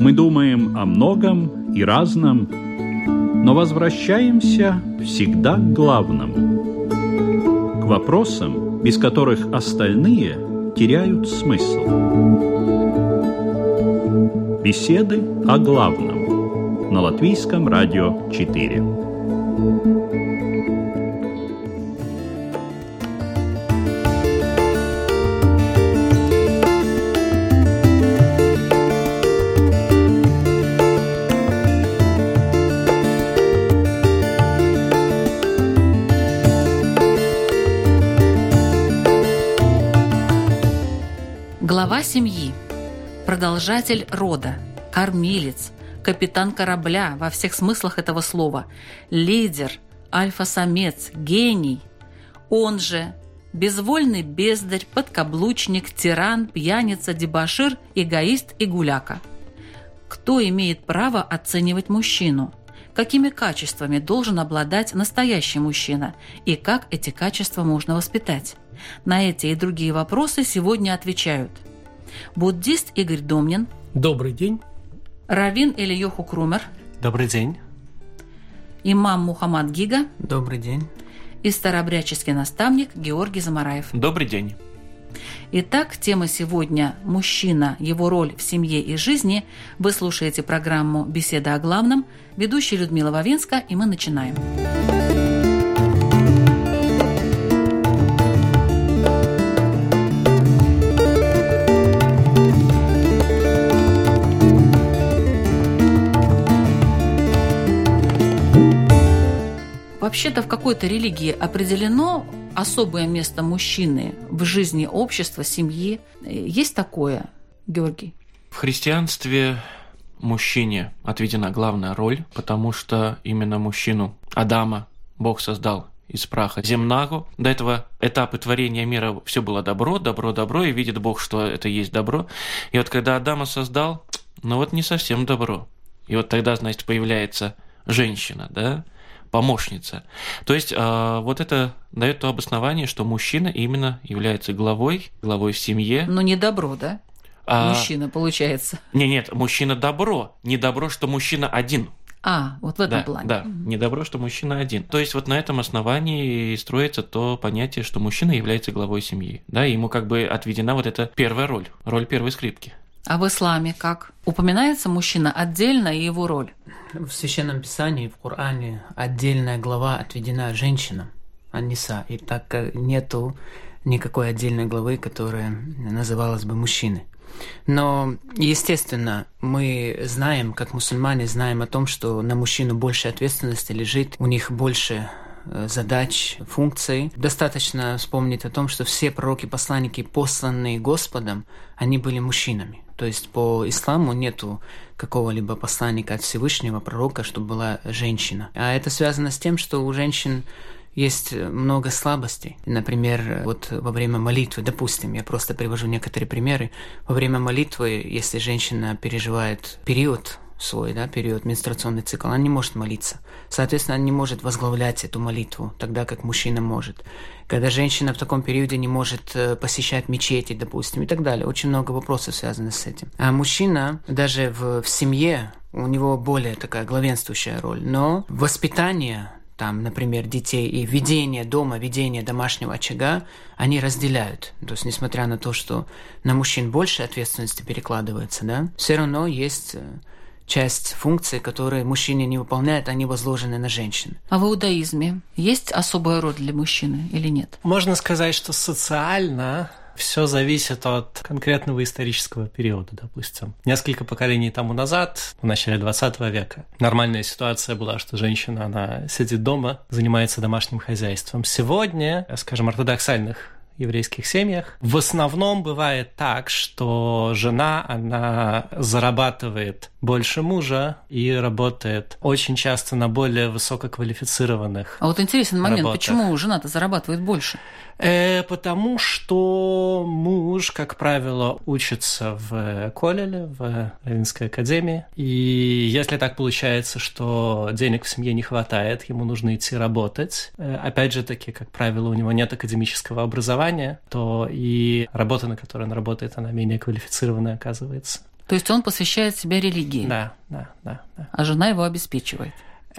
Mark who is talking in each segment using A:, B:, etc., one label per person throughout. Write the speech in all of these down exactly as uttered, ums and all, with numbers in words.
A: Мы думаем о многом и разном, но возвращаемся всегда к главному, к вопросам, без которых остальные теряют смысл. Беседы о главном на Латвийском радио четыре.
B: Глава семьи, продолжатель рода, кормилец, капитан корабля во всех смыслах этого слова, лидер, альфа-самец, гений, он же безвольный бездарь, подкаблучник, тиран, пьяница, дебошир, эгоист и гуляка. Кто имеет право оценивать мужчину? Какими качествами должен обладать настоящий мужчина? И как эти качества можно воспитать? На эти и другие вопросы сегодня отвечают буддист Игорь Домнин.
C: Добрый день.
B: Раввин Элиоху Крумер.
D: Добрый день.
B: Имам Мухаммад Гига.
D: Добрый день.
B: И старообрядческий наставник Георгий Замараев.
D: Добрый день.
B: Итак, тема сегодня – мужчина, его роль в семье и жизни. Вы слушаете программу «Беседа о главном». Ведущая Людмила Вавинска, и мы начинаем. Вообще-то в какой-то религии определено особое место мужчины в жизни общества, семьи. Есть такое, Георгий?
D: В христианстве мужчине отведена главная роль, потому что именно мужчину, Адама, Бог создал из праха земного. До этого этапа творения мира все было добро, добро, добро, и видит Бог, что это есть добро. И вот когда Адама создал, ну вот не совсем добро. И вот тогда, значит, появляется женщина, да, помощница. То есть э, вот это дает то обоснование, что мужчина именно является главой, главой в семье.
B: Но не добро, да? А... Мужчина, получается.
D: Не, нет, мужчина добро. Не добро, что мужчина один.
B: А, вот в этом
D: да,
B: плане.
D: Да, не добро, что мужчина один. То есть вот на этом основании строится то понятие, что мужчина является главой семьи. Да, и ему как бы отведена вот эта первая роль, роль первой скрипки.
B: А в исламе как? Упоминается мужчина отдельно и его роль?
C: В Священном Писании, в Коране, отдельная глава отведена женщинам, ан-ниса, и так как нету никакой отдельной главы, которая называлась бы мужчиной. Но, естественно, мы знаем, как мусульмане, знаем о том, что на мужчину больше ответственности лежит, у них больше задач, функций. Достаточно вспомнить о том, что все пророки-посланники, посланные Господом, они были мужчинами. То есть по исламу нету какого-либо посланника от Всевышнего, пророка, чтобы была женщина. А это связано с тем, что у женщин есть много слабостей. Например, вот во время молитвы, допустим, я просто привожу некоторые примеры. Во время молитвы, если женщина переживает период свой, да, период менструационный цикл, она не может молиться. Соответственно, она не может возглавлять эту молитву, тогда как мужчина может. Когда женщина в таком периоде не может посещать мечети, допустим, и так далее. Очень много вопросов связано с этим. А мужчина даже в, в семье, у него более такая главенствующая роль. Но воспитание, там, например, детей и ведение дома, ведение домашнего очага, они разделяют. То есть, несмотря на то, что на мужчин больше ответственности перекладывается, да, все равно есть часть функций, которые мужчины не выполняют, они возложены на женщин.
B: А в иудаизме есть особая роль для мужчины или нет?
E: Можно сказать, что социально все зависит от конкретного исторического периода, допустим. Несколько поколений тому назад, в начале двадцатого века, нормальная ситуация была, что женщина, она сидит дома, занимается домашним хозяйством. Сегодня, скажем, ортодоксальных еврейских семьях в основном бывает так, что жена, она зарабатывает больше мужа и работает очень часто на более высококвалифицированных
B: А вот интересный момент,
E: работах.
B: Почему жена-то зарабатывает больше?
E: Э, потому что муж, как правило, учится в колледже, в Раввинской академии, и если так получается, что денег в семье не хватает, ему нужно идти работать, э, опять же таки, как правило, у него нет академического образования, то и работа, на которой он работает, она менее квалифицированная оказывается.
B: То есть он посвящает себя религии?
E: Да, да, да. да.
B: А жена его обеспечивает?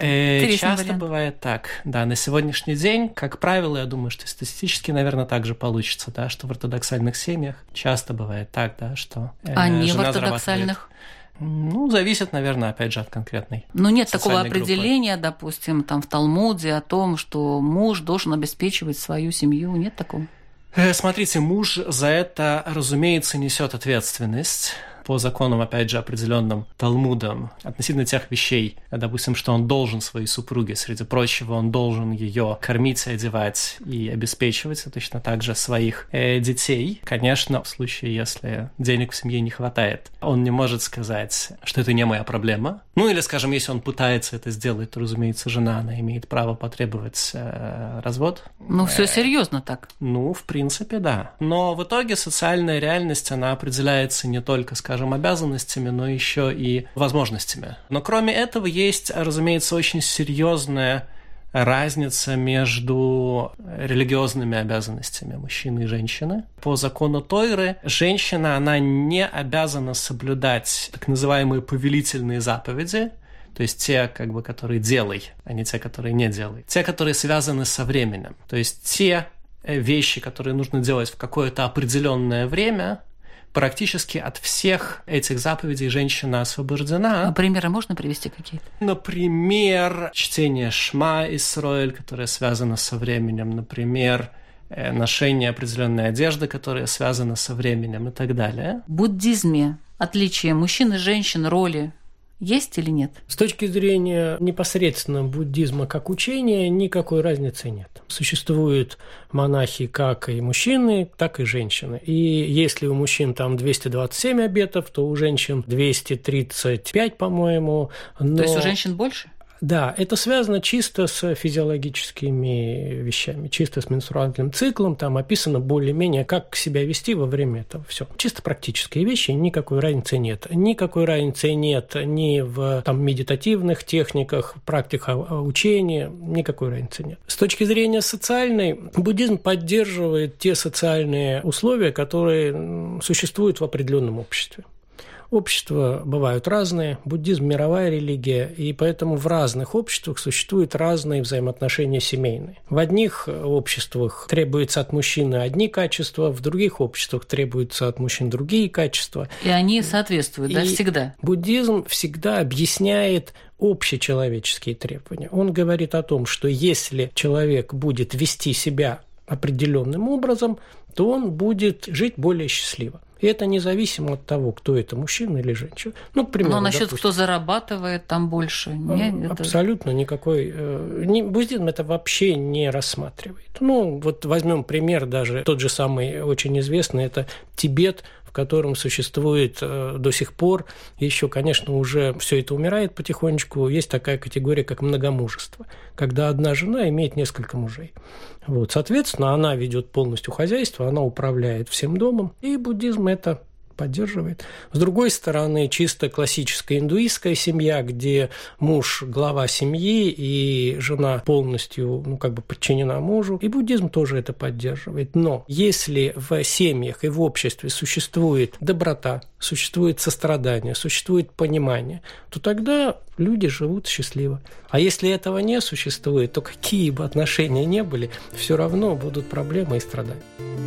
E: Э, часто
B: вариант.
E: Бывает так. Да, на сегодняшний день, как правило, я думаю, что статистически, наверное, так же получится, да, что в ортодоксальных семьях часто бывает так, да, что э,
B: а не
E: жена
B: в ортодоксальных?
E: Ну, зависит, наверное, опять же от конкретной.
B: Но нет такого
E: группы.
B: определения, допустим, там в Талмуде о том, что муж должен обеспечивать свою семью. Нет такого?
E: Э, смотрите, муж за это, разумеется, несет ответственность. По законам, опять же, определенным Талмудом, относительно тех вещей, допустим, что он должен своей супруге, среди прочего, он должен ее кормить, одевать и обеспечивать, и точно так же своих э, детей. Конечно, в случае, если денег в семье не хватает, он не может сказать, что это не моя проблема. Ну, или, скажем, если он пытается это сделать, то, разумеется, жена, она имеет право потребовать э, развод.
B: Ну, все серьезно так.
E: Ну, в принципе, да. Но в итоге социальная реальность, она определяется не только, скажем, обязанностями, но еще и возможностями. Но кроме этого есть, разумеется, очень серьезная разница между религиозными обязанностями мужчины и женщины. По закону Тойры женщина, она не обязана соблюдать так называемые повелительные заповеди, то есть те, как бы, которые делай, а не те, которые не делай. Те, которые связаны со временем. То есть те вещи, которые нужно делать в какое-то определенное время, практически от всех этих заповедей женщина освобождена.
B: А примеры можно привести какие-то?
E: Например, чтение Шма Исроэль, которое связано со временем. Например, ношение определенной одежды, которая связана со временем и так далее.
B: В буддизме отличие мужчин и женщин, роли есть или нет?
F: С точки зрения непосредственно буддизма как учения никакой разницы нет. Существуют монахи как и мужчины, так и женщины. И если у мужчин там двести двадцать семь обетов, то у женщин двести тридцать пять, по-моему. Но...
B: То есть у женщин больше?
F: Да, это связано чисто с физиологическими вещами, чисто с менструальным циклом. Там описано более-менее, как себя вести во время этого. Все. Чисто практические вещи, никакой разницы нет. Никакой разницы нет ни в там, медитативных техниках, практиках учения, никакой разницы нет. С точки зрения социальной, буддизм поддерживает те социальные условия, которые существуют в определенном обществе. Общества бывают разные, буддизм – мировая религия, и поэтому в разных обществах существуют разные взаимоотношения семейные. В одних обществах требуется от мужчины одни качества, в других обществах требуются от мужчин другие качества.
B: И они соответствуют, и да, всегда?
F: Буддизм всегда объясняет общечеловеческие требования. Он говорит о том, что если человек будет вести себя определенным образом, то он будет жить более счастливо. И это независимо от того, кто это, мужчина или женщина. Ну, к примеру,
B: но насчет
F: допустим,
B: кто зарабатывает там больше? Нет,
F: абсолютно это... никакой... Не, буддизм это вообще не рассматривает. Ну, вот возьмем пример даже, тот же самый очень известный, это Тибет, в котором существует э, до сих пор, еще, конечно, уже все это умирает потихонечку, есть такая категория, как многомужество, когда одна жена имеет несколько мужей. Вот, соответственно, она ведет полностью хозяйство, она управляет всем домом, и буддизм это поддерживает. С другой стороны, чисто классическая индуистская семья, где муж – глава семьи, и жена полностью, ну, как бы подчинена мужу, и буддизм тоже это поддерживает. Но если в семьях и в обществе существует доброта, существует сострадание, существует понимание, то тогда люди живут счастливо. А если этого не существует, то какие бы отношения ни были, все равно будут проблемы и страдания.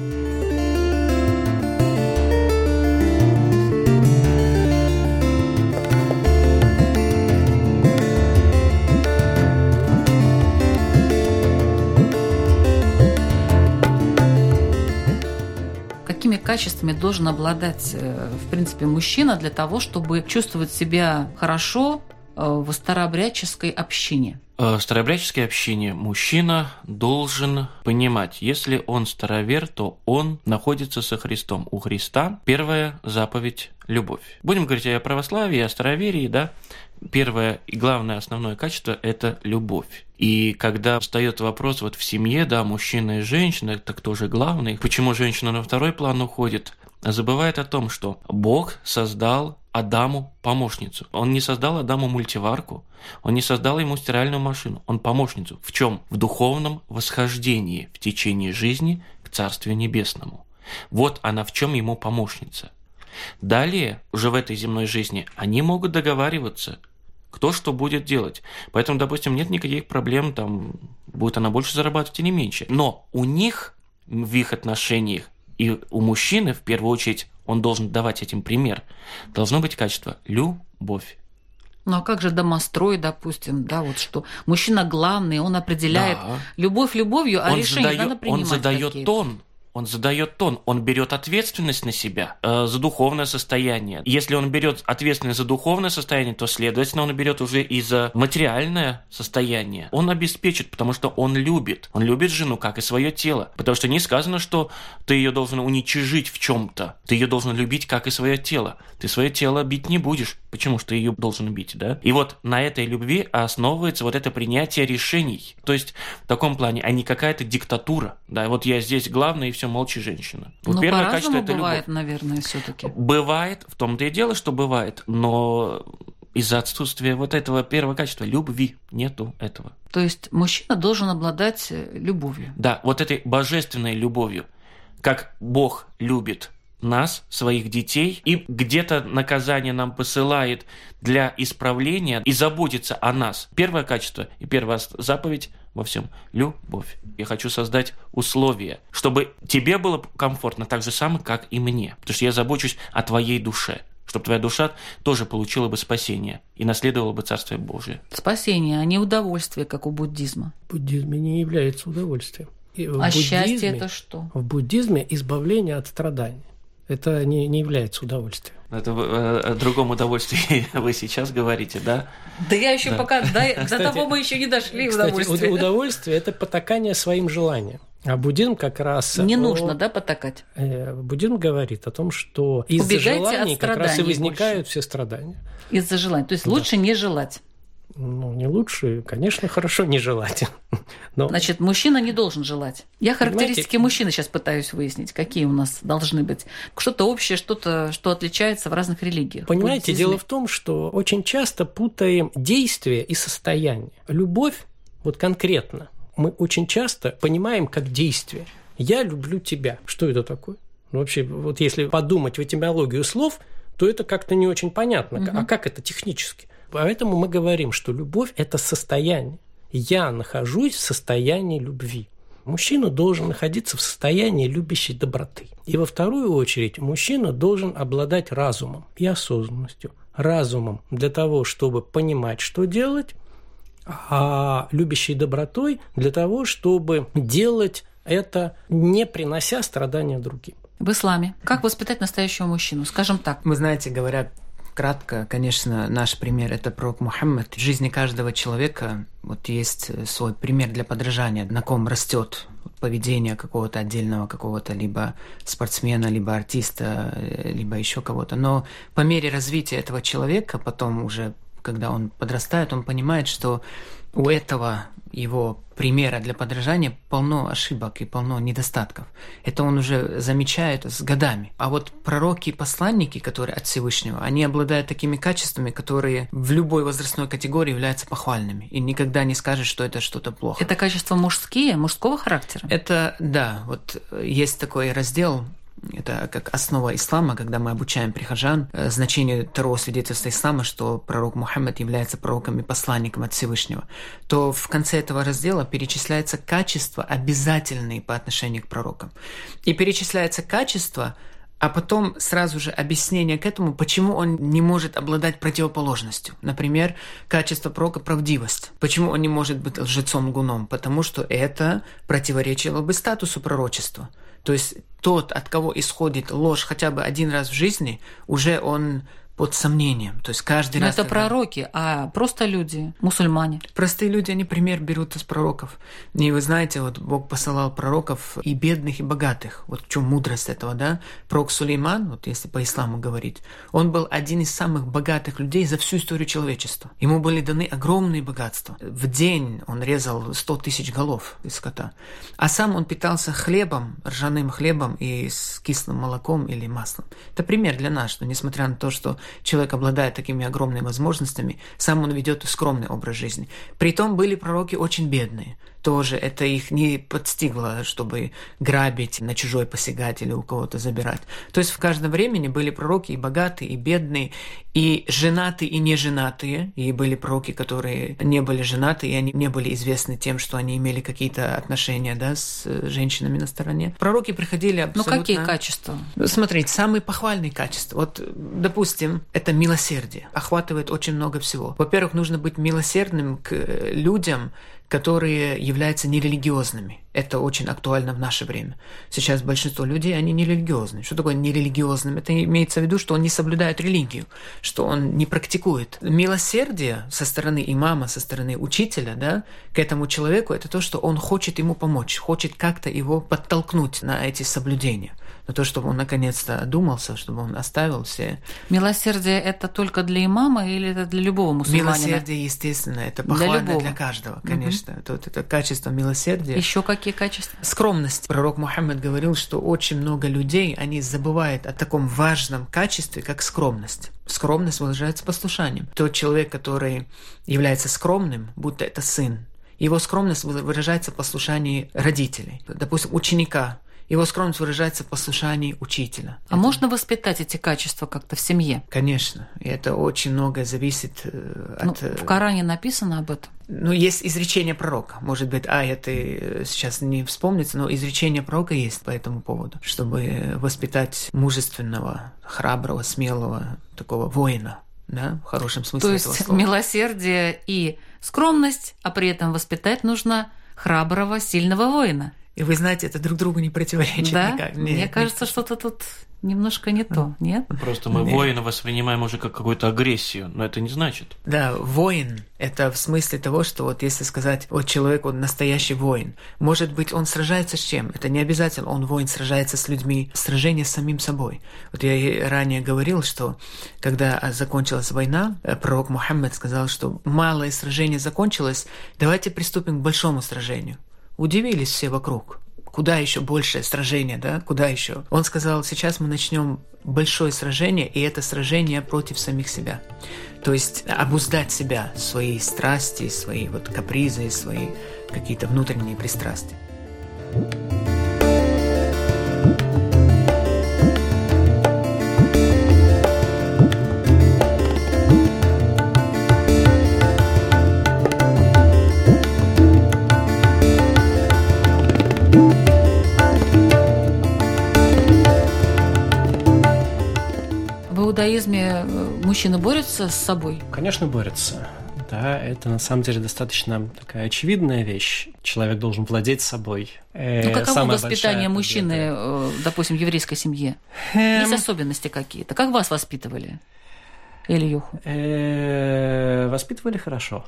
B: Какими качествами должен обладать, в принципе, мужчина для того, чтобы чувствовать себя хорошо в старообрядческой общине?
D: В старообрядческой общине мужчина должен понимать, если он старовер, то он находится со Христом. У Христа первая заповедь – любовь. Будем говорить о православии, о староверии, да? Первое и главное основное качество – это любовь. И когда встает вопрос вот в семье, да, мужчина и женщина, это кто же главный, почему женщина на второй план уходит, забывает о том, что Бог создал Адаму помощницу. Он не создал Адаму мультиварку, он не создал ему стиральную машину, он помощницу. В чем? В духовном восхождении в течение жизни к Царствию Небесному. Вот она в чем ему помощница. Далее, уже в этой земной жизни, они могут договариваться, кто что будет делать. Поэтому, допустим, нет никаких проблем, там, будет она больше зарабатывать или меньше. Но у них, в их отношениях, и у мужчины, в первую очередь, он должен давать этим пример, должно быть качество любовь.
B: Ну а как же домострой, допустим, да, вот что мужчина главный, он определяет да. любовь любовью, а
D: он
B: решение
D: задает,
B: надо принимать.
D: Он задает
B: какие-то.
D: тон. Он задает тон, он берет ответственность на себя э, за духовное состояние. Если он берет ответственность за духовное состояние, то, следовательно, он берет уже и за материальное состояние. Он обеспечит, потому что он любит. Он любит жену, как и свое тело. Потому что не сказано, что ты ее должен уничижить в чем-то. Ты ее должен любить, как и свое тело. Ты свое тело бить не будешь. Почему же ты ее должен бить, да? И вот на этой любви основывается вот это принятие решений. То есть в таком плане, а не какая-то диктатура. Да, вот я здесь главный, и все, молчи, женщина. Вот
B: но
D: первое
B: по-разному
D: качество – это
B: бывает,
D: любовь.
B: наверное, все-таки.
D: Бывает, в том-то и дело, что бывает, но из-за отсутствия вот этого первого качества – любви, нету этого.
B: То есть мужчина должен обладать любовью.
D: Да, вот этой божественной любовью, как Бог любит нас, своих детей, и где-то наказание нам посылает для исправления и заботится о нас. Первое качество и первая заповедь во всем – любовь. Я хочу создать условия, чтобы тебе было комфортно так же самое, как и мне. Потому что я забочусь о твоей душе, чтобы твоя душа тоже получила бы спасение и наследовала бы Царствие Божие.
B: Спасение, а не удовольствие, как у буддизма.
F: В буддизме не является удовольствием. И в
B: а
F: буддизме,
B: счастье – это что?
F: В буддизме избавление от страданий. Это не, не является удовольствием.
D: Это о другом удовольствии вы сейчас говорите, да?
B: Да я еще
D: да.
B: пока, до, кстати, до того мы еще не дошли.
F: Кстати,
B: удовольствие.
F: Удовольствие – это потакание своим желаниям. А буддизм как раз…
B: Не
F: о,
B: нужно, да, потакать?
F: Э, буддизм говорит о том, что из-за желаний как раз и возникают больше. Все страдания.
B: Из-за желаний. То есть да. лучше не желать.
F: Ну, не лучше, конечно, хорошо не желать. Но...
B: Значит, мужчина не должен желать. Я характеристики Понимаете... мужчины сейчас пытаюсь выяснить, какие у нас должны быть. Что-то общее, что-то, что отличается в разных религиях.
F: Понимаете, дело в том, что очень часто путаем действие и состояние. Любовь, вот конкретно, мы очень часто понимаем как действие. Я люблю тебя. Что это такое? Ну, вообще, вот если подумать в этимологию слов, то это как-то не очень понятно. Угу. А как это технически? Поэтому мы говорим, что любовь – это состояние. Я нахожусь в состоянии любви. Мужчина должен находиться в состоянии любящей доброты. И во вторую очередь мужчина должен обладать разумом и осознанностью. Разумом для того, чтобы понимать, что делать, а любящей добротой для того, чтобы делать это, не принося страдания другим.
B: В исламе как воспитать настоящего мужчину? Скажем так.
C: Вы знаете, говорят, кратко, конечно, наш пример – это пророк Мухаммад. В жизни каждого человека вот есть свой пример для подражания, на ком растет поведение какого-то отдельного какого-то либо спортсмена, либо артиста, либо еще кого-то. Но по мере развития этого человека, потом уже, когда он подрастает, он понимает, что у этого его примера для подражания полно ошибок и полно недостатков. Это он уже замечает с годами. А вот пророки и посланники, которые от Всевышнего, они обладают такими качествами, которые в любой возрастной категории являются похвальными. И никогда не скажешь, что это что-то плохо.
B: Это качества мужские, мужского характера?
C: Это, да. Вот есть такой раздел, это как основа ислама, когда мы обучаем прихожан значению второго свидетельства ислама, что пророк Мухаммад является пророком и посланником от Всевышнего, то в конце этого раздела перечисляются качества, обязательные по отношению к пророкам. И перечисляется качество, а потом сразу же объяснение к этому, почему он не может обладать противоположностью. Например, качество пророка – правдивость. Почему он не может быть лжецом-лгуном? Потому что это противоречило бы статусу пророчества. То есть тот, от кого исходит ложь хотя бы один раз в жизни, уже он под сомнением. То есть каждый
B: Но
C: раз...
B: это
C: когда...
B: пророки, а просто люди, мусульмане.
C: Простые люди, они пример берут из пророков. И вы знаете, вот Бог посылал пророков и бедных, и богатых. Вот в чем мудрость этого, да? Пророк Сулейман, вот если по исламу говорить, он был один из самых богатых людей за всю историю человечества. Ему были даны огромные богатства. В день он резал сто тысяч голов из скота. А сам он питался хлебом, ржаным хлебом и с кислым молоком или маслом. Это пример для нас, что несмотря на то, что человек обладает такими огромными возможностями, сам он ведет скромный образ жизни. Притом были пророки очень бедные. тоже это их не подстигло, чтобы грабить, на чужой посягать или у кого-то забирать. То есть в каждом времени были пророки и богатые, и бедные, и женатые, и неженатые, и были пророки, которые не были женаты, и они не были известны тем, что они имели какие-то отношения, да, с женщинами на стороне. Пророки приходили абсолютно...
B: Ну какие качества?
C: Смотрите, самые похвальные качества. Вот, допустим, это милосердие. Охватывает очень много всего. Во-первых, нужно быть милосердным к людям, которые являются нерелигиозными. Это очень актуально в наше время. Сейчас большинство людей, они нерелигиозны. Что такое нерелигиозным? Это имеется в виду, что он не соблюдает религию, что он не практикует. Милосердие со стороны имама, со стороны учителя, да, к этому человеку, это то, что он хочет ему помочь, хочет как-то его подтолкнуть на эти соблюдения. На то, чтобы он наконец-то одумался, чтобы он оставил все.
B: Милосердие – это только для имама или это для любого мусульманина?
C: Милосердие, естественно, это похвально для, для каждого, конечно.
B: Угу.
C: Тут это качество милосердия.
B: Еще какие качества?
C: Скромность. Пророк Мухаммад говорил, что очень много людей, они забывают о таком важном качестве, как скромность. Скромность выражается послушанием. Тот человек, который является скромным, будто это сын, его скромность выражается в послушании родителей. Допустим, ученика. Его скромность выражается в послушании учителя.
B: А это... можно воспитать эти качества как-то в семье?
C: Конечно. И это очень многое зависит от...
B: Ну, в Коране написано об этом?
C: Ну, есть изречение пророка. Может быть, а это сейчас не вспомнится, но изречение пророка есть по этому поводу, чтобы воспитать мужественного, храброго, смелого такого воина, да, в хорошем смысле
B: То
C: этого
B: есть
C: слова.
B: Милосердие и скромность, а при этом воспитать нужно храброго, сильного воина.
C: И вы знаете, это друг другу не противоречит
B: да?
C: никак. Нет,
B: Мне кажется,
C: никак.
B: что-то тут немножко не то, нет?
D: Просто мы
C: Нет.
D: воина воспринимаем уже как какую-то агрессию, но это не значит.
C: Да, воин – это в смысле того, что вот если сказать, вот человек, он настоящий воин, может быть, он сражается с чем? Это не обязательно, он воин сражается с людьми, сражение с самим собой. Вот я и ранее говорил, что когда закончилась война, пророк Мухаммад сказал, что малое сражение закончилось, давайте приступим к большому сражению. Удивились все вокруг. Куда еще большее сражение, да? Куда еще? Он сказал, сейчас мы начнем большое сражение, и это сражение против самих себя. То есть обуздать себя, свои страсти, свои вот капризы, свои какие-то внутренние пристрастия.
B: В иудаизме мужчины борются с собой?
E: Конечно, борются. Да, это на самом деле достаточно такая очевидная вещь. Человек должен владеть собой.
B: Ну, каково воспитание мужчины, победа. допустим, в еврейской семье?
E: Эм...
B: Есть особенности какие-то? Как вас воспитывали? Ильюху?
E: Э-э- воспитывали хорошо.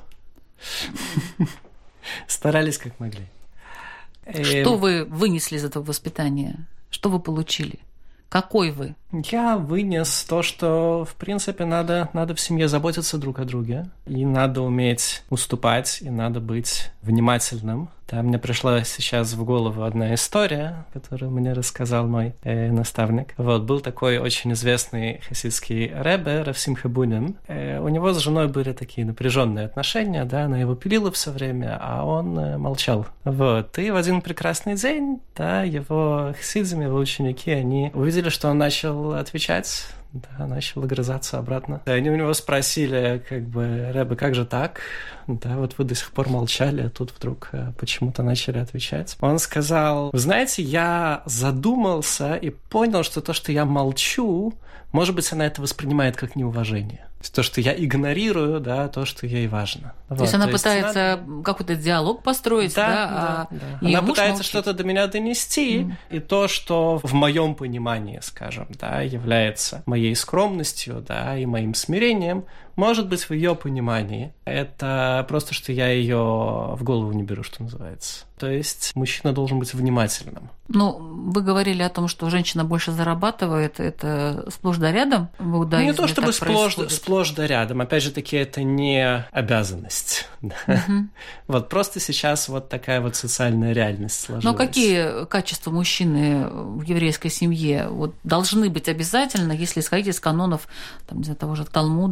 E: Старались как могли.
B: Что вы вынесли из этого воспитания? Что вы получили? Какой вы?
E: Я вынес то, что, в принципе, надо, надо в семье заботиться друг о друге. И надо уметь уступать, и надо быть внимательным. Да, мне пришла сейчас в голову одна история, которую мне рассказал мой э, наставник. Вот, был такой очень известный хасидский ребе, Рав Симха Бунин. Э, у него с женой были такие напряженные отношения, да, она его пилила все время, а он э, молчал. Вот, и в один прекрасный день, да, его хасидзим, его ученики, они увидели, что он начал отвечать, да, начал огрызаться обратно. И они у него спросили, как бы, Рэбе, как же так? Да, вот вы до сих пор молчали, а тут вдруг почему-то начали отвечать. Он сказал, вы знаете, я задумался и понял, что то, что я молчу, может быть, она это воспринимает как неуважение. То, что я игнорирую, да, то, что ей важно.
B: То
E: вот,
B: есть она
E: то
B: пытается
E: есть надо...
B: какой-то диалог построить, да,
E: да,
B: а
E: да, да. Она пытается
B: молчит.
E: что-то до меня донести, mm. и то, что в моем понимании, скажем, да, является моей скромностью, да, и моим смирением, может быть, в ее понимании это просто, что я ее в голову не беру, что называется. То есть мужчина должен быть внимательным.
B: Ну, вы говорили о том, что женщина больше зарабатывает, это сплошь да рядом в иудаизме?
E: Не то чтобы сплошь,
B: происходит?
E: сплошь да рядом, опять же таки, это не обязанность. Uh-huh. Вот просто сейчас вот такая вот социальная реальность сложилась.
B: Но какие качества мужчины в еврейской семье вот, должны быть обязательно, если исходить из канонов там, не знаю, того же Талмуда?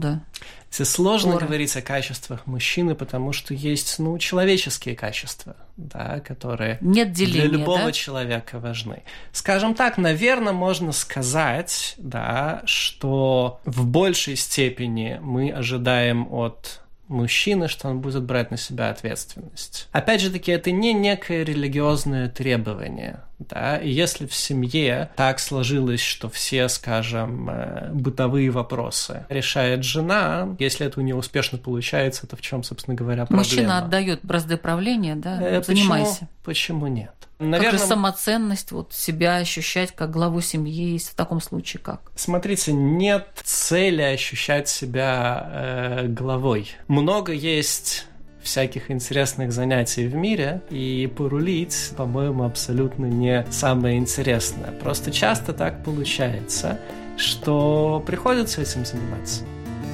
E: Здесь сложно
B: Торы.
E: говорить о качествах мужчины, потому что есть, ну, человеческие качества, да, которые
B: Нет деления,
E: для любого
B: да?
E: человека важны. Скажем так, наверное, можно сказать, да, что в большей степени мы ожидаем от мужчины, что он будет брать на себя ответственность. Опять же таки, это не некое религиозное требование, да, и если в семье так сложилось, что все, скажем, бытовые вопросы решает жена, если это у нее успешно получается, то в чем, собственно говоря, проблема?
B: Мужчина отдает бразды правления, да,
E: Э,
B: занимайся.
E: Почему, почему нет?
B: Наверное... Как же самоценность, вот, себя ощущать как главу семьи, в таком случае как?
E: Смотрите, нет цели ощущать себя э, главой. Много есть всяких интересных занятий в мире, и порулить, по-моему, абсолютно не самое интересное. Просто часто так получается, что приходится этим заниматься.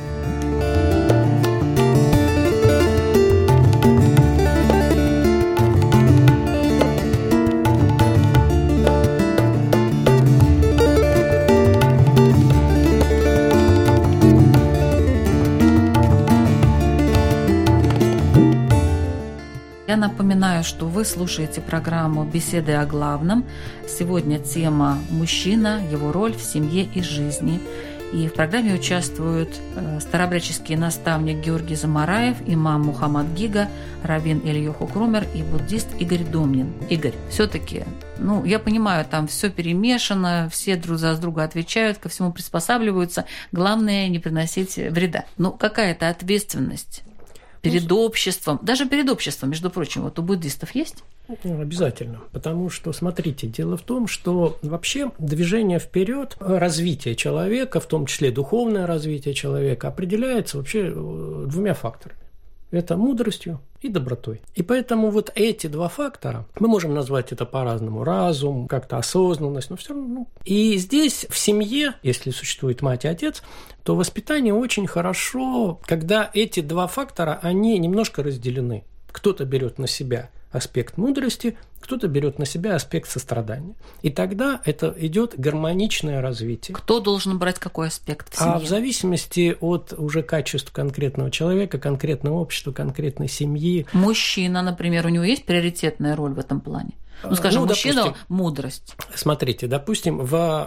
B: Я напоминаю, что вы слушаете программу «Беседы о главном». Сегодня тема «Мужчина, его роль в семье и жизни». И в программе участвуют старообрядческий наставник Георгий Замараев, имам Мухаммад Гига, раввин Ильёху Крумер и буддист Игорь Домнин. Игорь, все-таки, ну, я понимаю, там все перемешано, все друг за друга отвечают, ко всему приспосабливаются. Главное, не приносить вреда. Ну, какая-то ответственность перед обществом, даже перед обществом, между прочим, вот у буддистов есть?
F: Ну, обязательно, потому что, смотрите, дело в том, что вообще движение вперед, развитие человека, в том числе духовное развитие человека, определяется вообще двумя факторами. Это мудростью и добротой. И поэтому вот эти два фактора, мы можем назвать это по-разному, разум, как-то осознанность, но все равно. И здесь в семье, если существует мать и отец, то воспитание очень хорошо, когда эти два фактора, они немножко разделены. Кто-то берет на себя аспект мудрости, кто-то берет на себя аспект сострадания. И тогда это идет гармоничное развитие.
B: Кто должен брать какой аспект в семье?
F: А в зависимости от уже качеств конкретного человека, конкретного общества, конкретной семьи.
B: Мужчина, например, у него есть приоритетная роль в этом плане? Ну, скажем, ну, мужчина допустим, – мудрость.
F: Смотрите, допустим,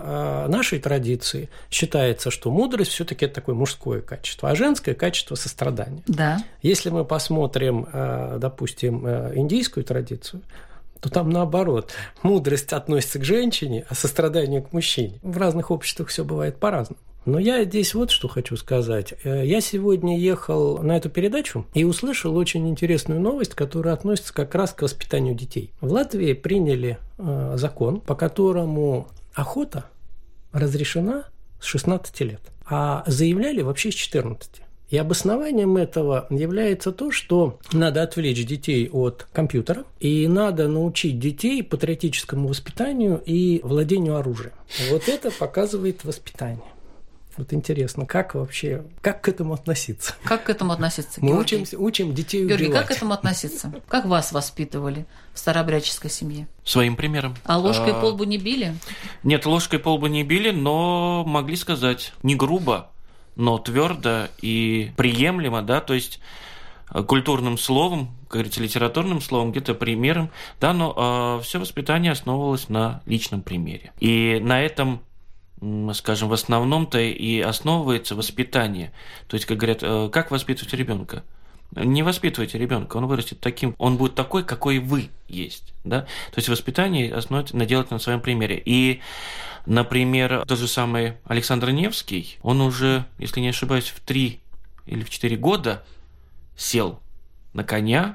F: в нашей традиции считается, что мудрость все-таки это такое мужское качество, а женское качество – сострадание.
B: Да.
F: Если мы посмотрим, допустим, индийскую традицию, то там наоборот. Мудрость относится к женщине, а сострадание к мужчине. В разных обществах все бывает по-разному. Но я здесь вот что хочу сказать. Я сегодня ехал на эту передачу и услышал очень интересную новость, которая относится как раз к воспитанию детей. В Латвии приняли закон, по которому охота разрешена с шестнадцати лет, а заявляли вообще с четырнадцати. И обоснованием этого является то, что надо отвлечь детей от компьютера и надо научить детей патриотическому воспитанию и владению оружием. Вот это показывает воспитание. Вот интересно, как вообще, как к этому относиться?
B: Как к этому относиться,
F: Мы
B: Георгий?
F: учим, учим детей
B: Георгий,
F: убивать.
B: как к этому относиться? Как вас воспитывали в старообрядческой семье?
D: Своим примером.
B: А ложкой
D: а...
B: по лбу не били?
D: Нет, ложкой по лбу не били, но могли сказать не грубо, но твердо и приемлемо, да, то есть культурным словом, как говорится, литературным словом, где-то примером, да, но э, все воспитание основывалось на личном примере. И на этом, скажем, в основном-то и основывается воспитание. То есть, как говорят, э, как воспитывать ребенка? Не воспитывайте ребенка, он вырастет таким, он будет такой, какой вы есть, да. То есть воспитание основывается на делать на своем примере. И, например, тот же самый Александр Невский, он уже, если не ошибаюсь, в три или в четыре года сел на коня,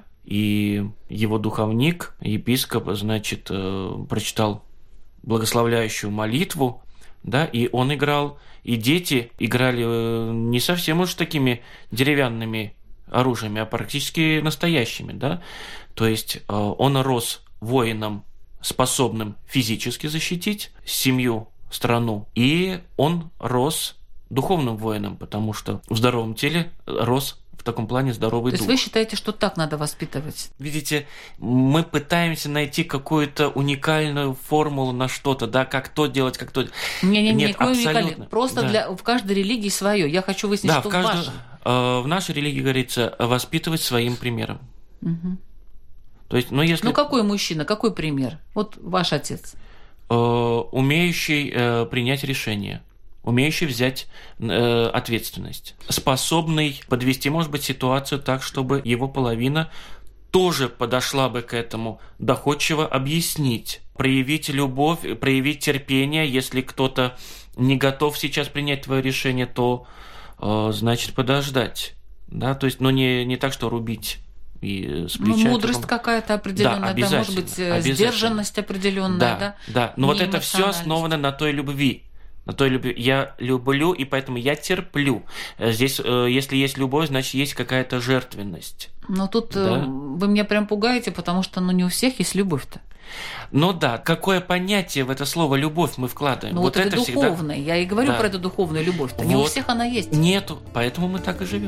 D: и его духовник, епископ, значит, прочитал благословляющую молитву, да, и он играл, и дети играли не совсем уж такими деревянными оружиями, а практически настоящими, да, то есть он рос воином, способным физически защитить семью, страну, и он рос духовным воином, потому что в здоровом теле рос в таком плане здоровый дух.
B: То есть вы считаете, что так надо воспитывать?
D: Видите, мы пытаемся найти какую-то уникальную формулу на что-то, да, как то делать, как то...
B: Не-не-не,
D: Нет,
B: никакой
D: абсолютно.
B: уникальный. Просто
D: да.
B: для, в каждой религии свое. Я хочу выяснить,
D: да,
B: что
D: в каждой...
B: ваше.
D: в нашей религии говорится воспитывать своим примером.
B: Угу.
D: То есть, ну, если...
B: ну какой мужчина, какой пример? Вот ваш отец.
D: Умеющий принять решение, умеющий взять ответственность, способный подвести, может быть, ситуацию так, чтобы его половина тоже подошла бы к этому, доходчиво объяснить, проявить любовь, проявить терпение. Если кто-то не готов сейчас принять твое решение, то э, значит подождать. Да? То есть, ну, не, не так, что рубить и с плеча.
B: Ну, мудрость потом... какая-то определенная, да, да, может быть, сдержанность определенная, да.
D: Да, да. Но вот это все основано на той любви. На той любви. Я люблю, и поэтому я терплю. Здесь, если есть любовь, значит, есть какая-то жертвенность.
B: Но тут да? Вы меня прям пугаете, потому что ну, не у всех есть любовь-то.
D: Ну да, какое понятие в это слово «любовь» мы вкладываем?
B: Ну вот, вот это духовное. Всегда... Я и говорю да. про эту духовную любовь-то. Вот. Не у всех она есть.
D: Нету, поэтому мы так и живем.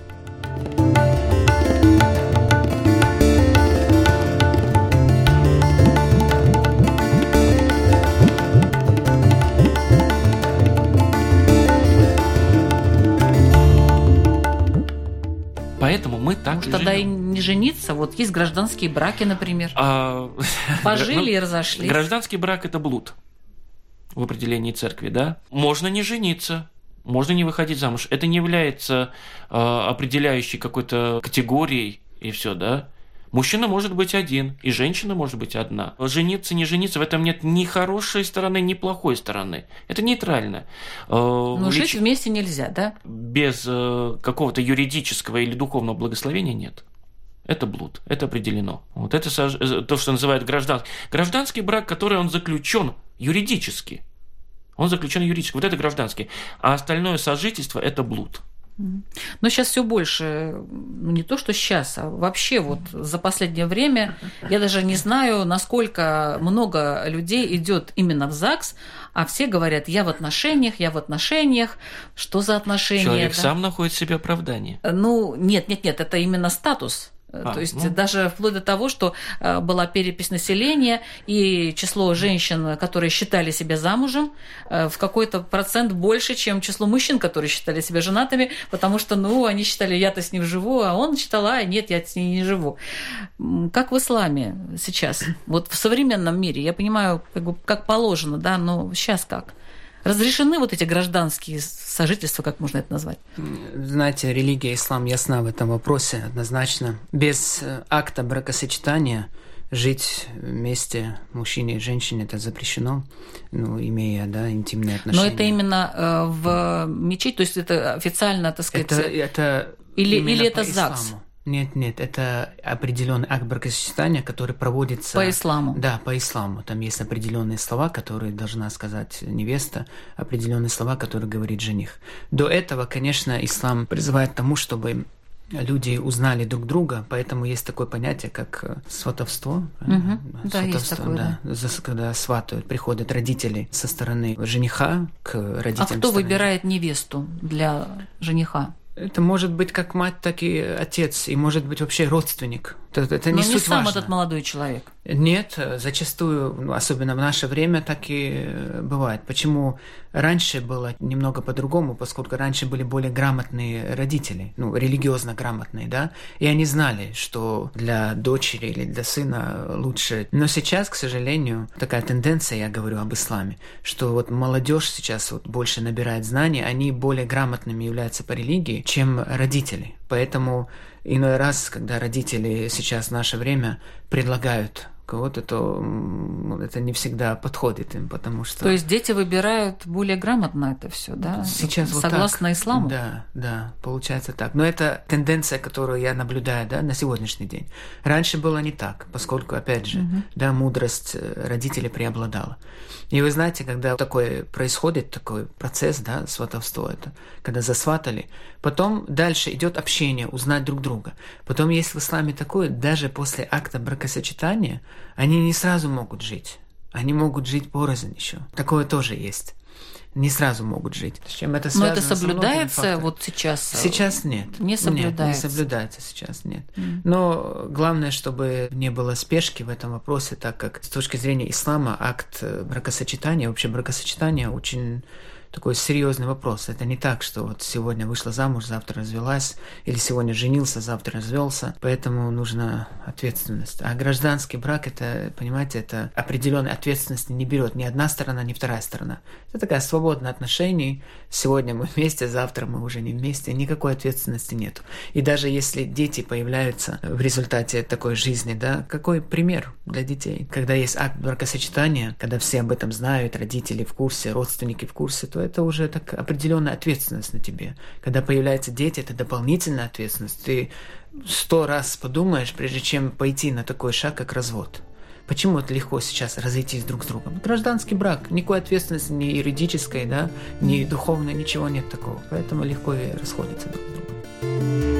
D: Поэтому мы так
B: Может,
D: и
B: тогда
D: живем.
B: и не жениться? Вот есть гражданские браки, например. А... Пожили и разошлись.
D: Гражданский брак – это блуд в определении церкви, да? Можно не жениться, можно не выходить замуж. Это не является э, определяющей какой-то категорией, и все, да? Мужчина может быть один, и женщина может быть одна. Жениться, не жениться, в этом нет ни хорошей стороны, ни плохой стороны. Это нейтрально.
B: Но Лич... жить вместе нельзя, да?
D: Без э, какого-то юридического или духовного благословения нет. Это блуд, это определено. Вот это сож... то, что называют гражданский. Гражданский брак, который он заключен юридически. Он заключен юридически. Вот это гражданский. А остальное сожительство – это блуд.
B: Но сейчас все больше, ну не то, что сейчас, а вообще вот за последнее время я даже не знаю, насколько много людей идет именно в ЗАГС, а все говорят: я в отношениях, я в отношениях. Что за отношения?
D: Человек
B: да?
D: сам находит в себе оправдание.
B: Ну нет, нет, нет, это именно статус. А, То есть ну... даже вплоть до того, что была перепись населения, и число женщин, которые считали себя замужем, в какой-то процент больше, чем число мужчин, которые считали себя женатыми, потому что, ну, они считали, я-то с ним живу, а он считал, а нет, я с ней не живу. Как в исламе сейчас? Вот в современном мире, я понимаю, как бы, как положено, да, но сейчас как? Разрешены вот эти гражданские сожительства, как можно это назвать?
C: Знаете, религия ислам ясна в этом вопросе однозначно. Без акта бракосочетания жить вместе мужчине и женщине это запрещено, ну, имея, да, интимные отношения.
B: Но это именно э, в мечеть, то есть это официально, так сказать...
C: Это, это
B: или, или это ЗАГС?
C: Нет, нет, это определенный акт бракосочетания, который проводится...
B: По исламу?
C: Да, по исламу. Там есть определенные слова, которые должна сказать невеста, определенные слова, которые говорит жених. До этого, конечно, ислам призывает к тому, чтобы люди узнали друг друга, поэтому есть такое понятие, как сватовство.
B: Угу. Да, есть такое,
C: да. Да. Когда сватают, приходят родители со стороны жениха к родителям.
B: А кто выбирает невесту для жениха?
C: Это может быть как мать, так и отец, и может быть вообще родственник. Это, это не
B: Но
C: суть
B: не сам
C: важно.
B: Этот молодой человек.
C: Нет, зачастую, особенно в наше время, так и бывает. Почему раньше было немного по-другому, поскольку раньше были более грамотные родители, ну, религиозно грамотные, да, и они знали, что для дочери или для сына лучше. Но сейчас, к сожалению, такая тенденция, я говорю об исламе, что вот молодежь сейчас вот больше набирает знаний, они более грамотными являются по религии, чем родители. Поэтому иной раз, когда родители сейчас в наше время предлагают кого-то, то это не всегда подходит им, потому что...
B: То есть дети выбирают более грамотно это все, да?
C: Сейчас
B: согласно
C: вот так.
B: исламу?
C: Да, да, получается так. Но это тенденция, которую я наблюдаю, да, на сегодняшний день. Раньше было не так, поскольку, опять же, угу. да, мудрость родителей преобладала. И вы знаете, когда такое происходит, такой процесс, да, сватовство, это, когда засватали, потом дальше идет общение, узнать друг друга. Потом есть в исламе такое, даже после акта бракосочетания они не сразу могут жить. Они могут жить порознь еще. Такое тоже есть. Не сразу могут жить. С чем это связано?
B: Но это соблюдается вот сейчас?
C: Сейчас нет.
B: Не соблюдается?
C: Нет, не соблюдается сейчас, нет.
B: Mm.
C: Но главное, чтобы не было спешки в этом вопросе, так как с точки зрения ислама акт бракосочетания, вообще бракосочетание очень такой серьезный вопрос. Это не так, что вот сегодня вышла замуж, завтра развелась, или сегодня женился, завтра развелся. Поэтому нужна ответственность. А гражданский брак, это, понимаете, это определенной ответственности не берет ни одна сторона, ни вторая сторона. Это такая свободное отношение. Сегодня мы вместе, завтра мы уже не вместе. Никакой ответственности нет. И даже если дети появляются в результате такой жизни, да, какой пример для детей? Когда есть акт бракосочетания, когда все об этом знают, родители в курсе, родственники в курсе, то это уже так определенная ответственность на тебе. Когда появляются дети, это дополнительная ответственность. Ты сто раз подумаешь, прежде чем пойти на такой шаг, как развод. Почему это легко сейчас разойтись друг с другом? Гражданский брак, никакой ответственности ни юридической, да, ни духовной, ничего нет такого. Поэтому легко и расходятся друг с другом.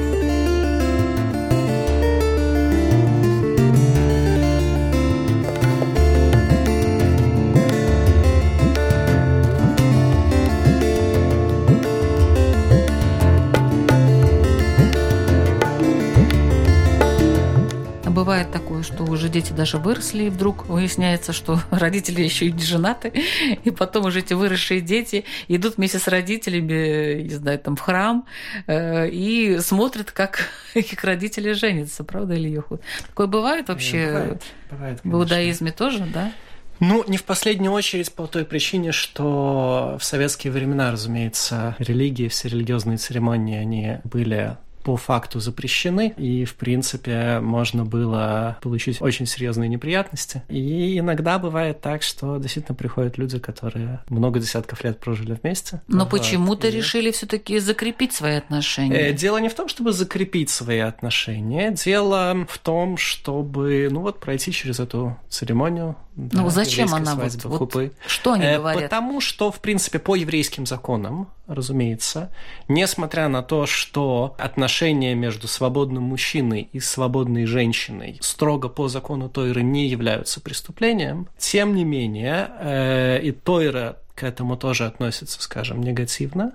B: Бывает такое, что уже дети даже выросли, и вдруг выясняется, что родители еще и не женаты, и потом уже эти выросшие дети идут вместе с родителями, не знаю, там в храм, э, и смотрят, как их родители женятся, правда, или Илья? Такое бывает вообще?
E: Бывает, бывает,
B: в иудаизме тоже, да?
E: Ну, не в последнюю очередь по той причине, что в советские времена, разумеется, религии, все религиозные церемонии, они были по факту запрещены, и, в принципе, можно было получить очень серьезные неприятности. И иногда бывает так, что действительно приходят люди, которые много десятков лет прожили вместе.
B: Но
E: вот.
B: почему-то
E: и...
B: решили все-таки закрепить свои отношения.
E: Дело не в том, чтобы закрепить свои отношения, дело в том, чтобы, ну вот, пройти через эту церемонию.
B: Ну,
E: да,
B: зачем она
E: свадьбы,
B: вот,
E: хупы.
B: вот что они
E: э,
B: говорят?
E: Потому что, в принципе, по еврейским законам, разумеется, несмотря на то, что отношения между свободным мужчиной и свободной женщиной строго по закону Тойры не являются преступлением, тем не менее, э, и Тойра к этому тоже относится, скажем, негативно.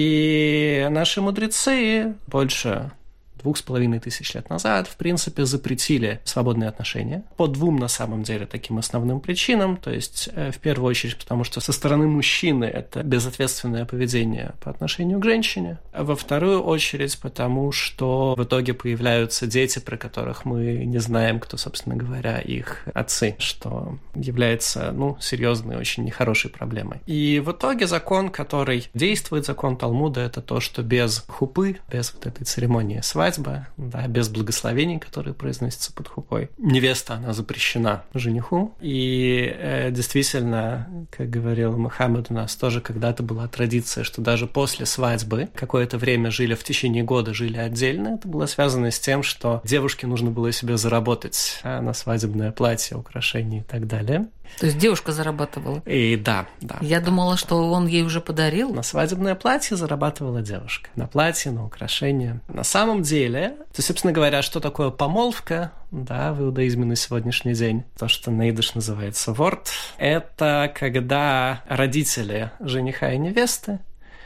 E: И наши мудрецы больше двух с половиной тысяч лет назад, в принципе, запретили свободные отношения по двум, на самом деле, таким основным причинам. То есть, в первую очередь, потому что со стороны мужчины это безответственное поведение по отношению к женщине. А во вторую очередь, потому что в итоге появляются дети, про которых мы не знаем, кто, собственно говоря, их отцы, что является, ну, серьезной, очень нехорошей проблемой. И в итоге закон, который действует, закон Талмуда, это то, что без хупы, без вот этой церемонии свадьбы, да, без благословений, которые произносятся под хупой. Невеста, она запрещена жениху. И э, действительно, как говорил Мухаммед, у нас тоже когда-то была традиция, что даже после свадьбы какое-то время жили, в течение года жили отдельно. Это было связано с тем, что девушке нужно было себе заработать а, на свадебное платье, украшения и так далее.
B: То есть девушка зарабатывала?
E: И да, да.
B: Я
E: да.
B: думала, что он ей уже подарил.
E: На свадебное платье зарабатывала девушка. На платье, на украшения. На самом деле, то, собственно говоря, что такое помолвка, да, в иудаизме на сегодняшний день, то, что на идыш называется ворт, это когда родители жениха и невесты,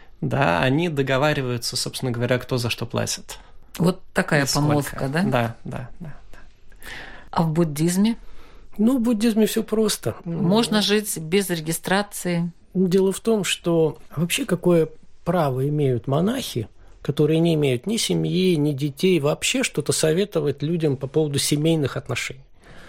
E: да, они договариваются, собственно говоря, кто за что платит.
B: Вот такая
E: и
B: помолвка,
E: сколько.
B: да?
E: Да, да, да, да.
B: А в буддизме?
F: Ну, в буддизме все просто.
B: Можно жить без регистрации?
F: Дело в том, что вообще какое право имеют монахи, которые не имеют ни семьи, ни детей, вообще что-то советовать людям по поводу семейных отношений.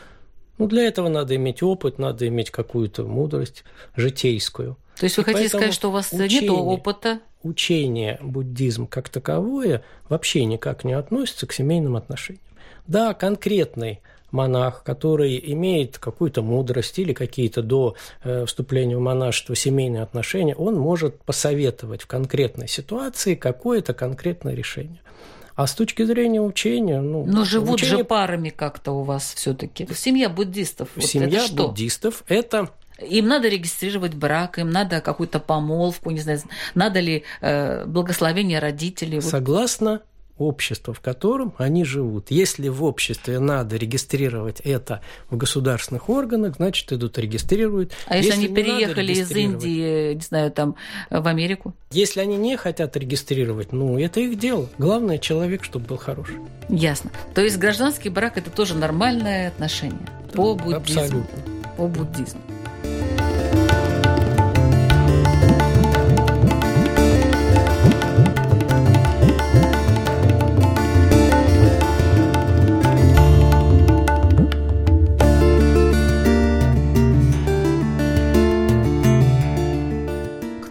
F: Ну, для этого надо иметь опыт, надо иметь какую-то мудрость житейскую.
B: То есть вы
F: И
B: хотите сказать, что у вас
F: учение,
B: нет опыта?
F: Учение буддизм как таковое вообще никак не относится к семейным отношениям. Да, конкретный монах, который имеет какую-то мудрость или какие-то до э, вступления в монашество семейные отношения, он может посоветовать в конкретной ситуации какое-то конкретное решение. А с точки зрения учения... Ну,
B: Но живут
F: учение...
B: же парами как-то у вас все-таки. Семья буддистов.
F: Семья
B: вот это
F: буддистов – это...
B: Им надо регистрировать брак, им надо какую-то помолвку, не знаю, надо ли э, благословение родителей.
F: Согласно общество, в котором они живут. Если в обществе надо регистрировать это в государственных органах, значит, идут регистрируют.
B: А если, если они переехали из
F: регистрировать...
B: Индии, не знаю, там, в Америку?
F: Если они не хотят регистрировать, ну, это их дело. Главное, человек, чтобы был хороший.
B: Ясно. То есть гражданский брак – это тоже нормальное отношение по буддизму.
F: Абсолютно.
B: По буддизму.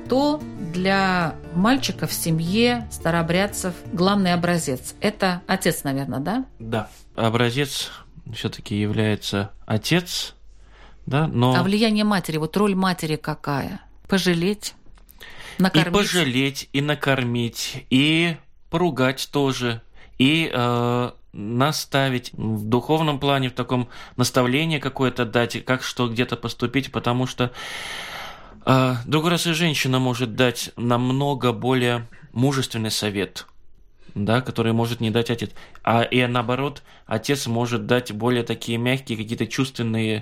B: Кто для мальчика в семье старообрядцев главный образец? Это отец, наверное, да?
D: Да, образец все-таки является отец, да, но...
B: А влияние матери, вот роль матери какая? Пожалеть, накормить?
D: И пожалеть, и накормить, и поругать тоже, и э, наставить в духовном плане, в таком наставлении какое-то дать, как что где-то поступить, потому что э, другой раз и женщина может дать намного более мужественный совет, да, который может не дать отец. А и наоборот, отец может дать более такие мягкие, какие-то чувственные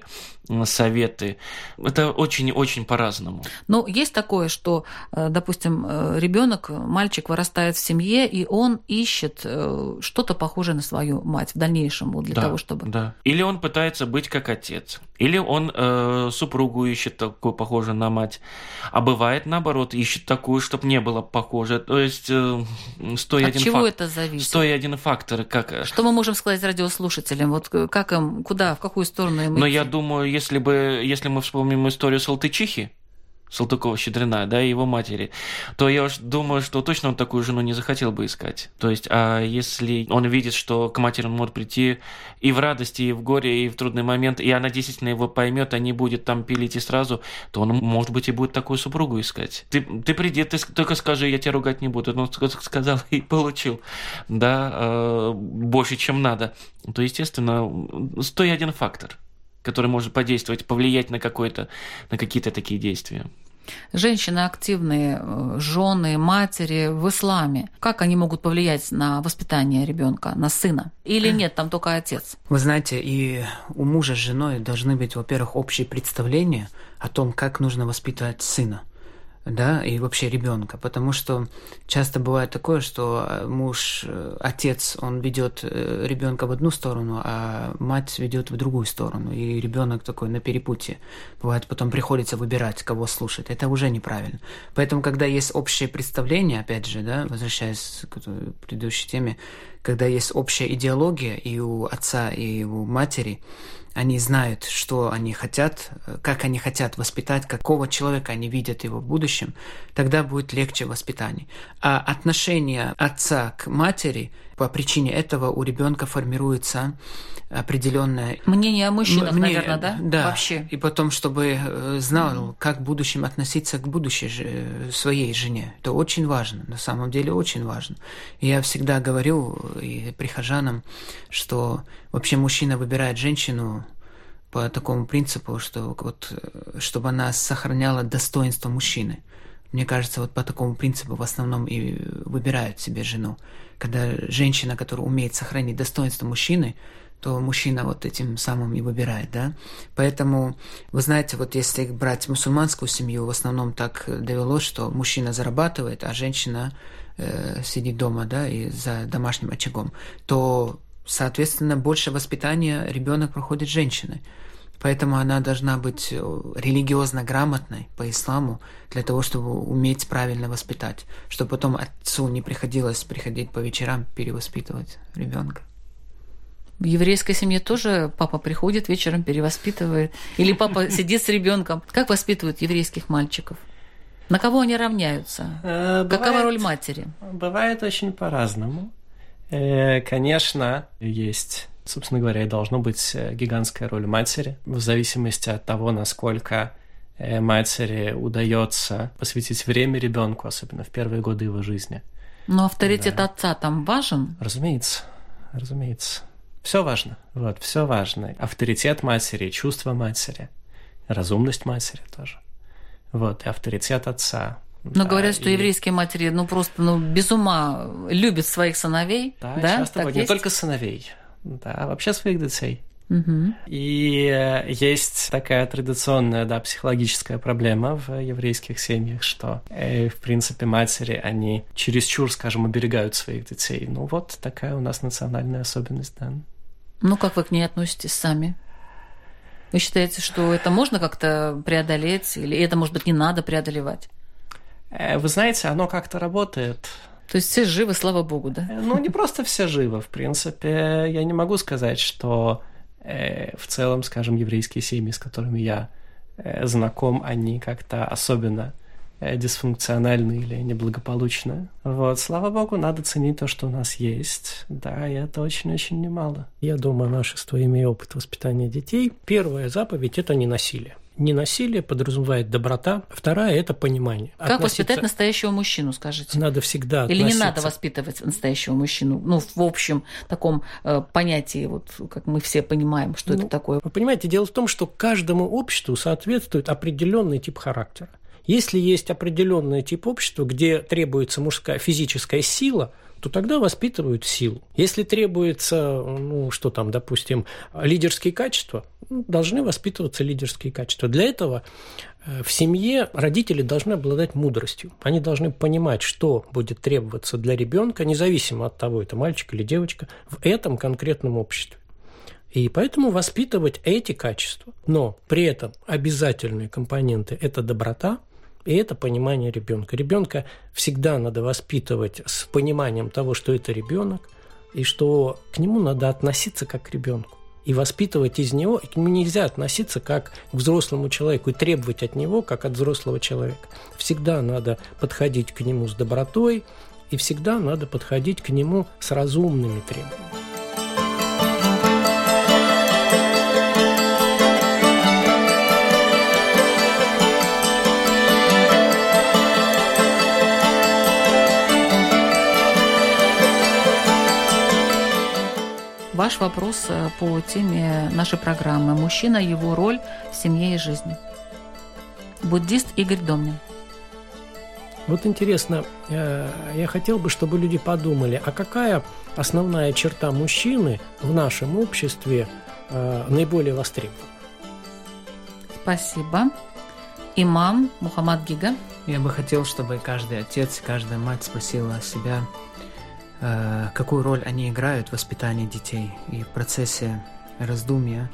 D: советы. Это очень-очень по-разному.
B: Ну, есть такое, что, допустим, ребенок, мальчик вырастает в семье, и он ищет что-то похожее на свою мать в дальнейшем для
D: да,
B: того, чтобы...
D: Да. Или он пытается быть как отец, или он э, супругу ищет такую, похожую на мать. А бывает, наоборот, ищет такую, чтобы не было похоже. То есть э, сто и
B: От
D: один
B: чего
D: фак...
B: это зависит?
D: сто и один фактор. Как...
B: Что мы можем сказать радиослушателям? Вот как им, куда, в какую сторону им идти?
D: Но я думаю, если бы, если мы вспомним историю Салтычихи, Салтыкова-Щедрина, да, и его матери, то я уж думаю, что точно он такую жену не захотел бы искать. То есть, а если он видит, что к матери он может прийти и в радости, и в горе, и в трудный момент, и она действительно его поймет, а не будет там пилить и сразу, то он, может быть, и будет такую супругу искать. Ты, ты приди, ты только скажи, я тебя ругать не буду. Он сказал и получил, да, э, больше, чем надо. То, естественно, сто и один фактор, который может подействовать, повлиять на, какое-то, на какие-то такие действия.
B: Женщины активные, жены, матери в исламе, как они могут повлиять на воспитание ребенка, на сына? Или нет, там только отец?
C: Вы знаете, и у мужа с женой должны быть, во-первых, общие представления о том, как нужно воспитывать сына, да, и вообще ребенка, потому что часто бывает такое, что муж, отец, он ведет ребенка в одну сторону, а мать ведет в другую сторону, и ребенок такой на перепутье. Бывает, потом приходится выбирать, кого слушать. Это уже неправильно. Поэтому, когда есть общее представление, опять же, да, возвращаясь к предыдущей теме, когда есть общая идеология и у отца, и у матери, они знают, что они хотят, как они хотят воспитать, какого человека они видят его в будущем, тогда будет легче воспитание. А отношение отца к матери, по причине этого у ребенка формируется определенное...
B: Мнение о мужчинах,
C: Мне...
B: наверное, да?
C: Да.
B: Вообще.
C: И потом, чтобы знал, как в будущем относиться к будущей своей жене. Это очень важно, на самом деле очень важно. И я всегда говорю и прихожанам, что вообще мужчина выбирает женщину по такому принципу, что вот, чтобы она сохраняла достоинство мужчины. Мне кажется, вот по такому принципу в основном и выбирают себе жену. Когда женщина, которая умеет сохранить достоинство мужчины, то мужчина вот этим самым и выбирает, да. Поэтому, вы знаете, вот если брать мусульманскую семью, в основном так довелось, что мужчина зарабатывает, а женщина э, сидит дома, да, и за домашним очагом, то, соответственно, больше воспитания ребенок проходит женщиной. Поэтому она должна быть религиозно грамотной по исламу для того, чтобы уметь правильно воспитать, чтобы потом отцу не приходилось приходить по вечерам перевоспитывать ребенка.
B: В еврейской семье тоже папа приходит вечером, перевоспитывает, или папа сидит с ребенком. Как воспитывают еврейских мальчиков? На кого они равняются?
E: Бывает,
B: Какова роль матери?
E: Бывает очень по-разному. Конечно, есть... Собственно говоря, и должна быть гигантская роль матери, в зависимости от того, насколько матери удается посвятить время ребенку, особенно в первые годы его жизни.
B: Но авторитет
E: да.
B: отца там важен?
E: Разумеется, разумеется. Все важно, вот, все важно. Авторитет матери, чувство матери, разумность матери тоже. Вот, и авторитет отца.
B: Но
E: да,
B: говорят, что
E: и...
B: еврейские матери, ну, просто ну, без ума любят своих сыновей.
E: Да,
B: да?
E: часто
B: так
E: бывает. Не только сыновей. Да, вообще своих детей.
B: Угу.
E: И есть такая традиционная, да, психологическая проблема в еврейских семьях, что, э, в принципе, матери, они чересчур, скажем, оберегают своих детей. Ну вот такая у нас национальная особенность, да.
B: Ну, как вы к ней относитесь сами? Вы считаете, что это можно как-то преодолеть, или это, может быть, не надо преодолевать?
E: Э, вы знаете, оно как-то работает.
B: То есть все живы, слава богу, да?
E: Ну, не просто все живы. В принципе, я не могу сказать, что э, в целом, скажем, еврейские семьи, с которыми я э, знаком, они как-то особенно дисфункциональное или неблагополучное. Вот, слава богу, надо ценить то, что у нас есть. Да, и это очень-очень немало.
F: Я думаю, наши с твоими опыт воспитания детей. Первая заповедь – это не насилие. Ненасилие подразумевает доброта. Вторая – это понимание.
B: Как
F: Относиться...
B: воспитать настоящего мужчину, скажите?
F: Надо всегда
B: Или
F: относиться...
B: не надо воспитывать настоящего мужчину? Ну, в общем таком э, понятии, вот как мы все понимаем, что ну, это такое.
F: Вы понимаете, дело в том, что каждому обществу соответствует определенный тип характера. Если есть определенный тип общества, где требуется мужская физическая сила, то тогда воспитывают силу. Если требуется, ну, что там, допустим, лидерские качества, должны воспитываться лидерские качества. Для этого в семье родители должны обладать мудростью. Они должны понимать, что будет требоваться для ребенка, независимо от того, это мальчик или девочка, в этом конкретном обществе. И поэтому воспитывать эти качества. Но при этом обязательные компоненты – это доброта, и это понимание ребенка. Ребенка всегда надо воспитывать с пониманием того, что это ребенок, и что к нему надо относиться как к ребенку. И воспитывать из него, и к нему нельзя относиться как к взрослому человеку и требовать от него, как от взрослого человека. Всегда надо подходить к нему с добротой, и всегда надо подходить к нему с разумными требованиями.
B: Ваш вопрос по теме нашей программы «Мужчина, его роль в семье и жизни». Буддист Игорь Домнин.
F: Вот интересно, я хотел бы, чтобы люди подумали, а какая основная черта мужчины в нашем обществе наиболее востребована?
B: Спасибо. Имам Мухаммад Гига.
C: Я бы хотел, чтобы каждый отец, каждая мать спросила себя, какую роль они играют в воспитании детей и в процессе раздумья,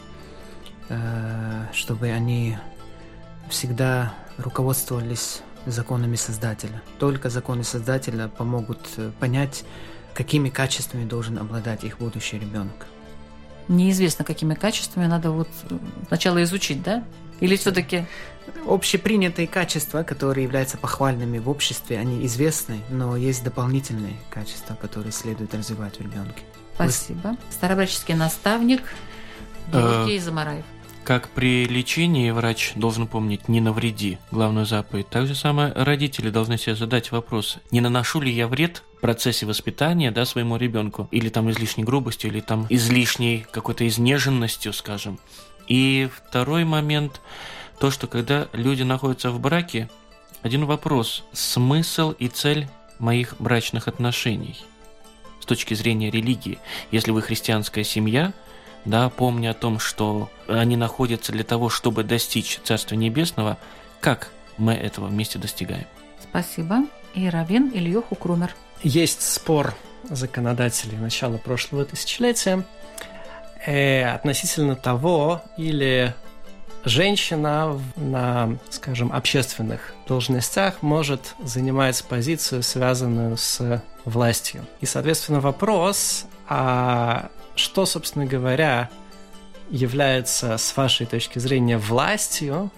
C: чтобы они всегда руководствовались законами Создателя. Только законы Создателя помогут понять, какими качествами должен обладать их будущий ребенок.
B: Неизвестно, какими качествами надо вот сначала изучить, да? Или все-таки...
C: Общепринятые качества, которые являются похвальными в обществе, они известны, но есть дополнительные качества, которые следует развивать в ребенке.
B: Спасибо. Старообрядческий наставник Георгий Замараев.
D: Как при лечении врач должен помнить «не навреди», главную заповедь, так же самое родители должны себе задать вопрос, не наношу ли я вред в процессе воспитания, да, своему ребенку, или там излишней грубостью, или там излишней какой-то изнеженностью, скажем. И второй момент, то, что когда люди находятся в браке, один вопрос – смысл и цель моих брачных отношений с точки зрения религии. Если вы христианская семья, да, помня о том, что они находятся для того, чтобы достичь Царства Небесного, как мы этого вместе достигаем?
B: Спасибо. И раввин Ильёху Крумер.
E: Есть спор законодателей начала прошлого тысячелетия э, относительно того, или женщина на, скажем, общественных должностях может занимать позицию, связанную с властью. И, соответственно, вопрос, а что, собственно говоря, является, с вашей точки зрения, властью,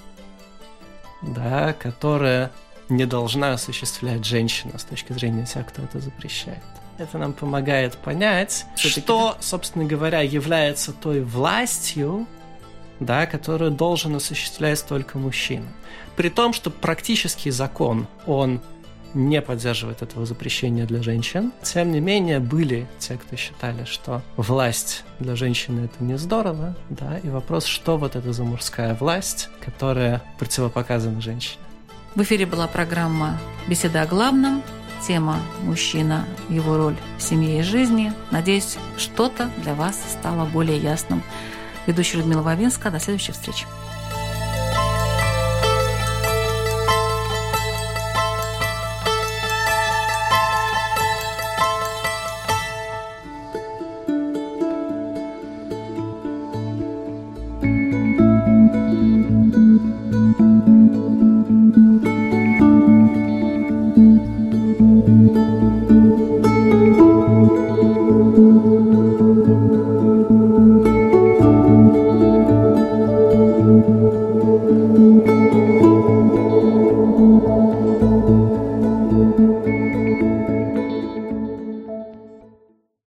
E: да, которая не должна осуществлять женщина с точки зрения тех, кто это запрещает. Это нам помогает понять, что, собственно говоря, является той властью, да, которую должен осуществлять только мужчина. При том, что практический закон, он не поддерживает этого запрещения для женщин. Тем не менее, были те, кто считали, что власть для женщины – это не здорово, да, и вопрос, что вот это за мужская власть, которая противопоказана женщине.
B: В эфире была программа «Беседа о главном». Тема «Мужчина. Его роль в семье и жизни». Надеюсь, что-то для вас стало более ясным. Ведущая Людмила Вавинска. До следующей встречи.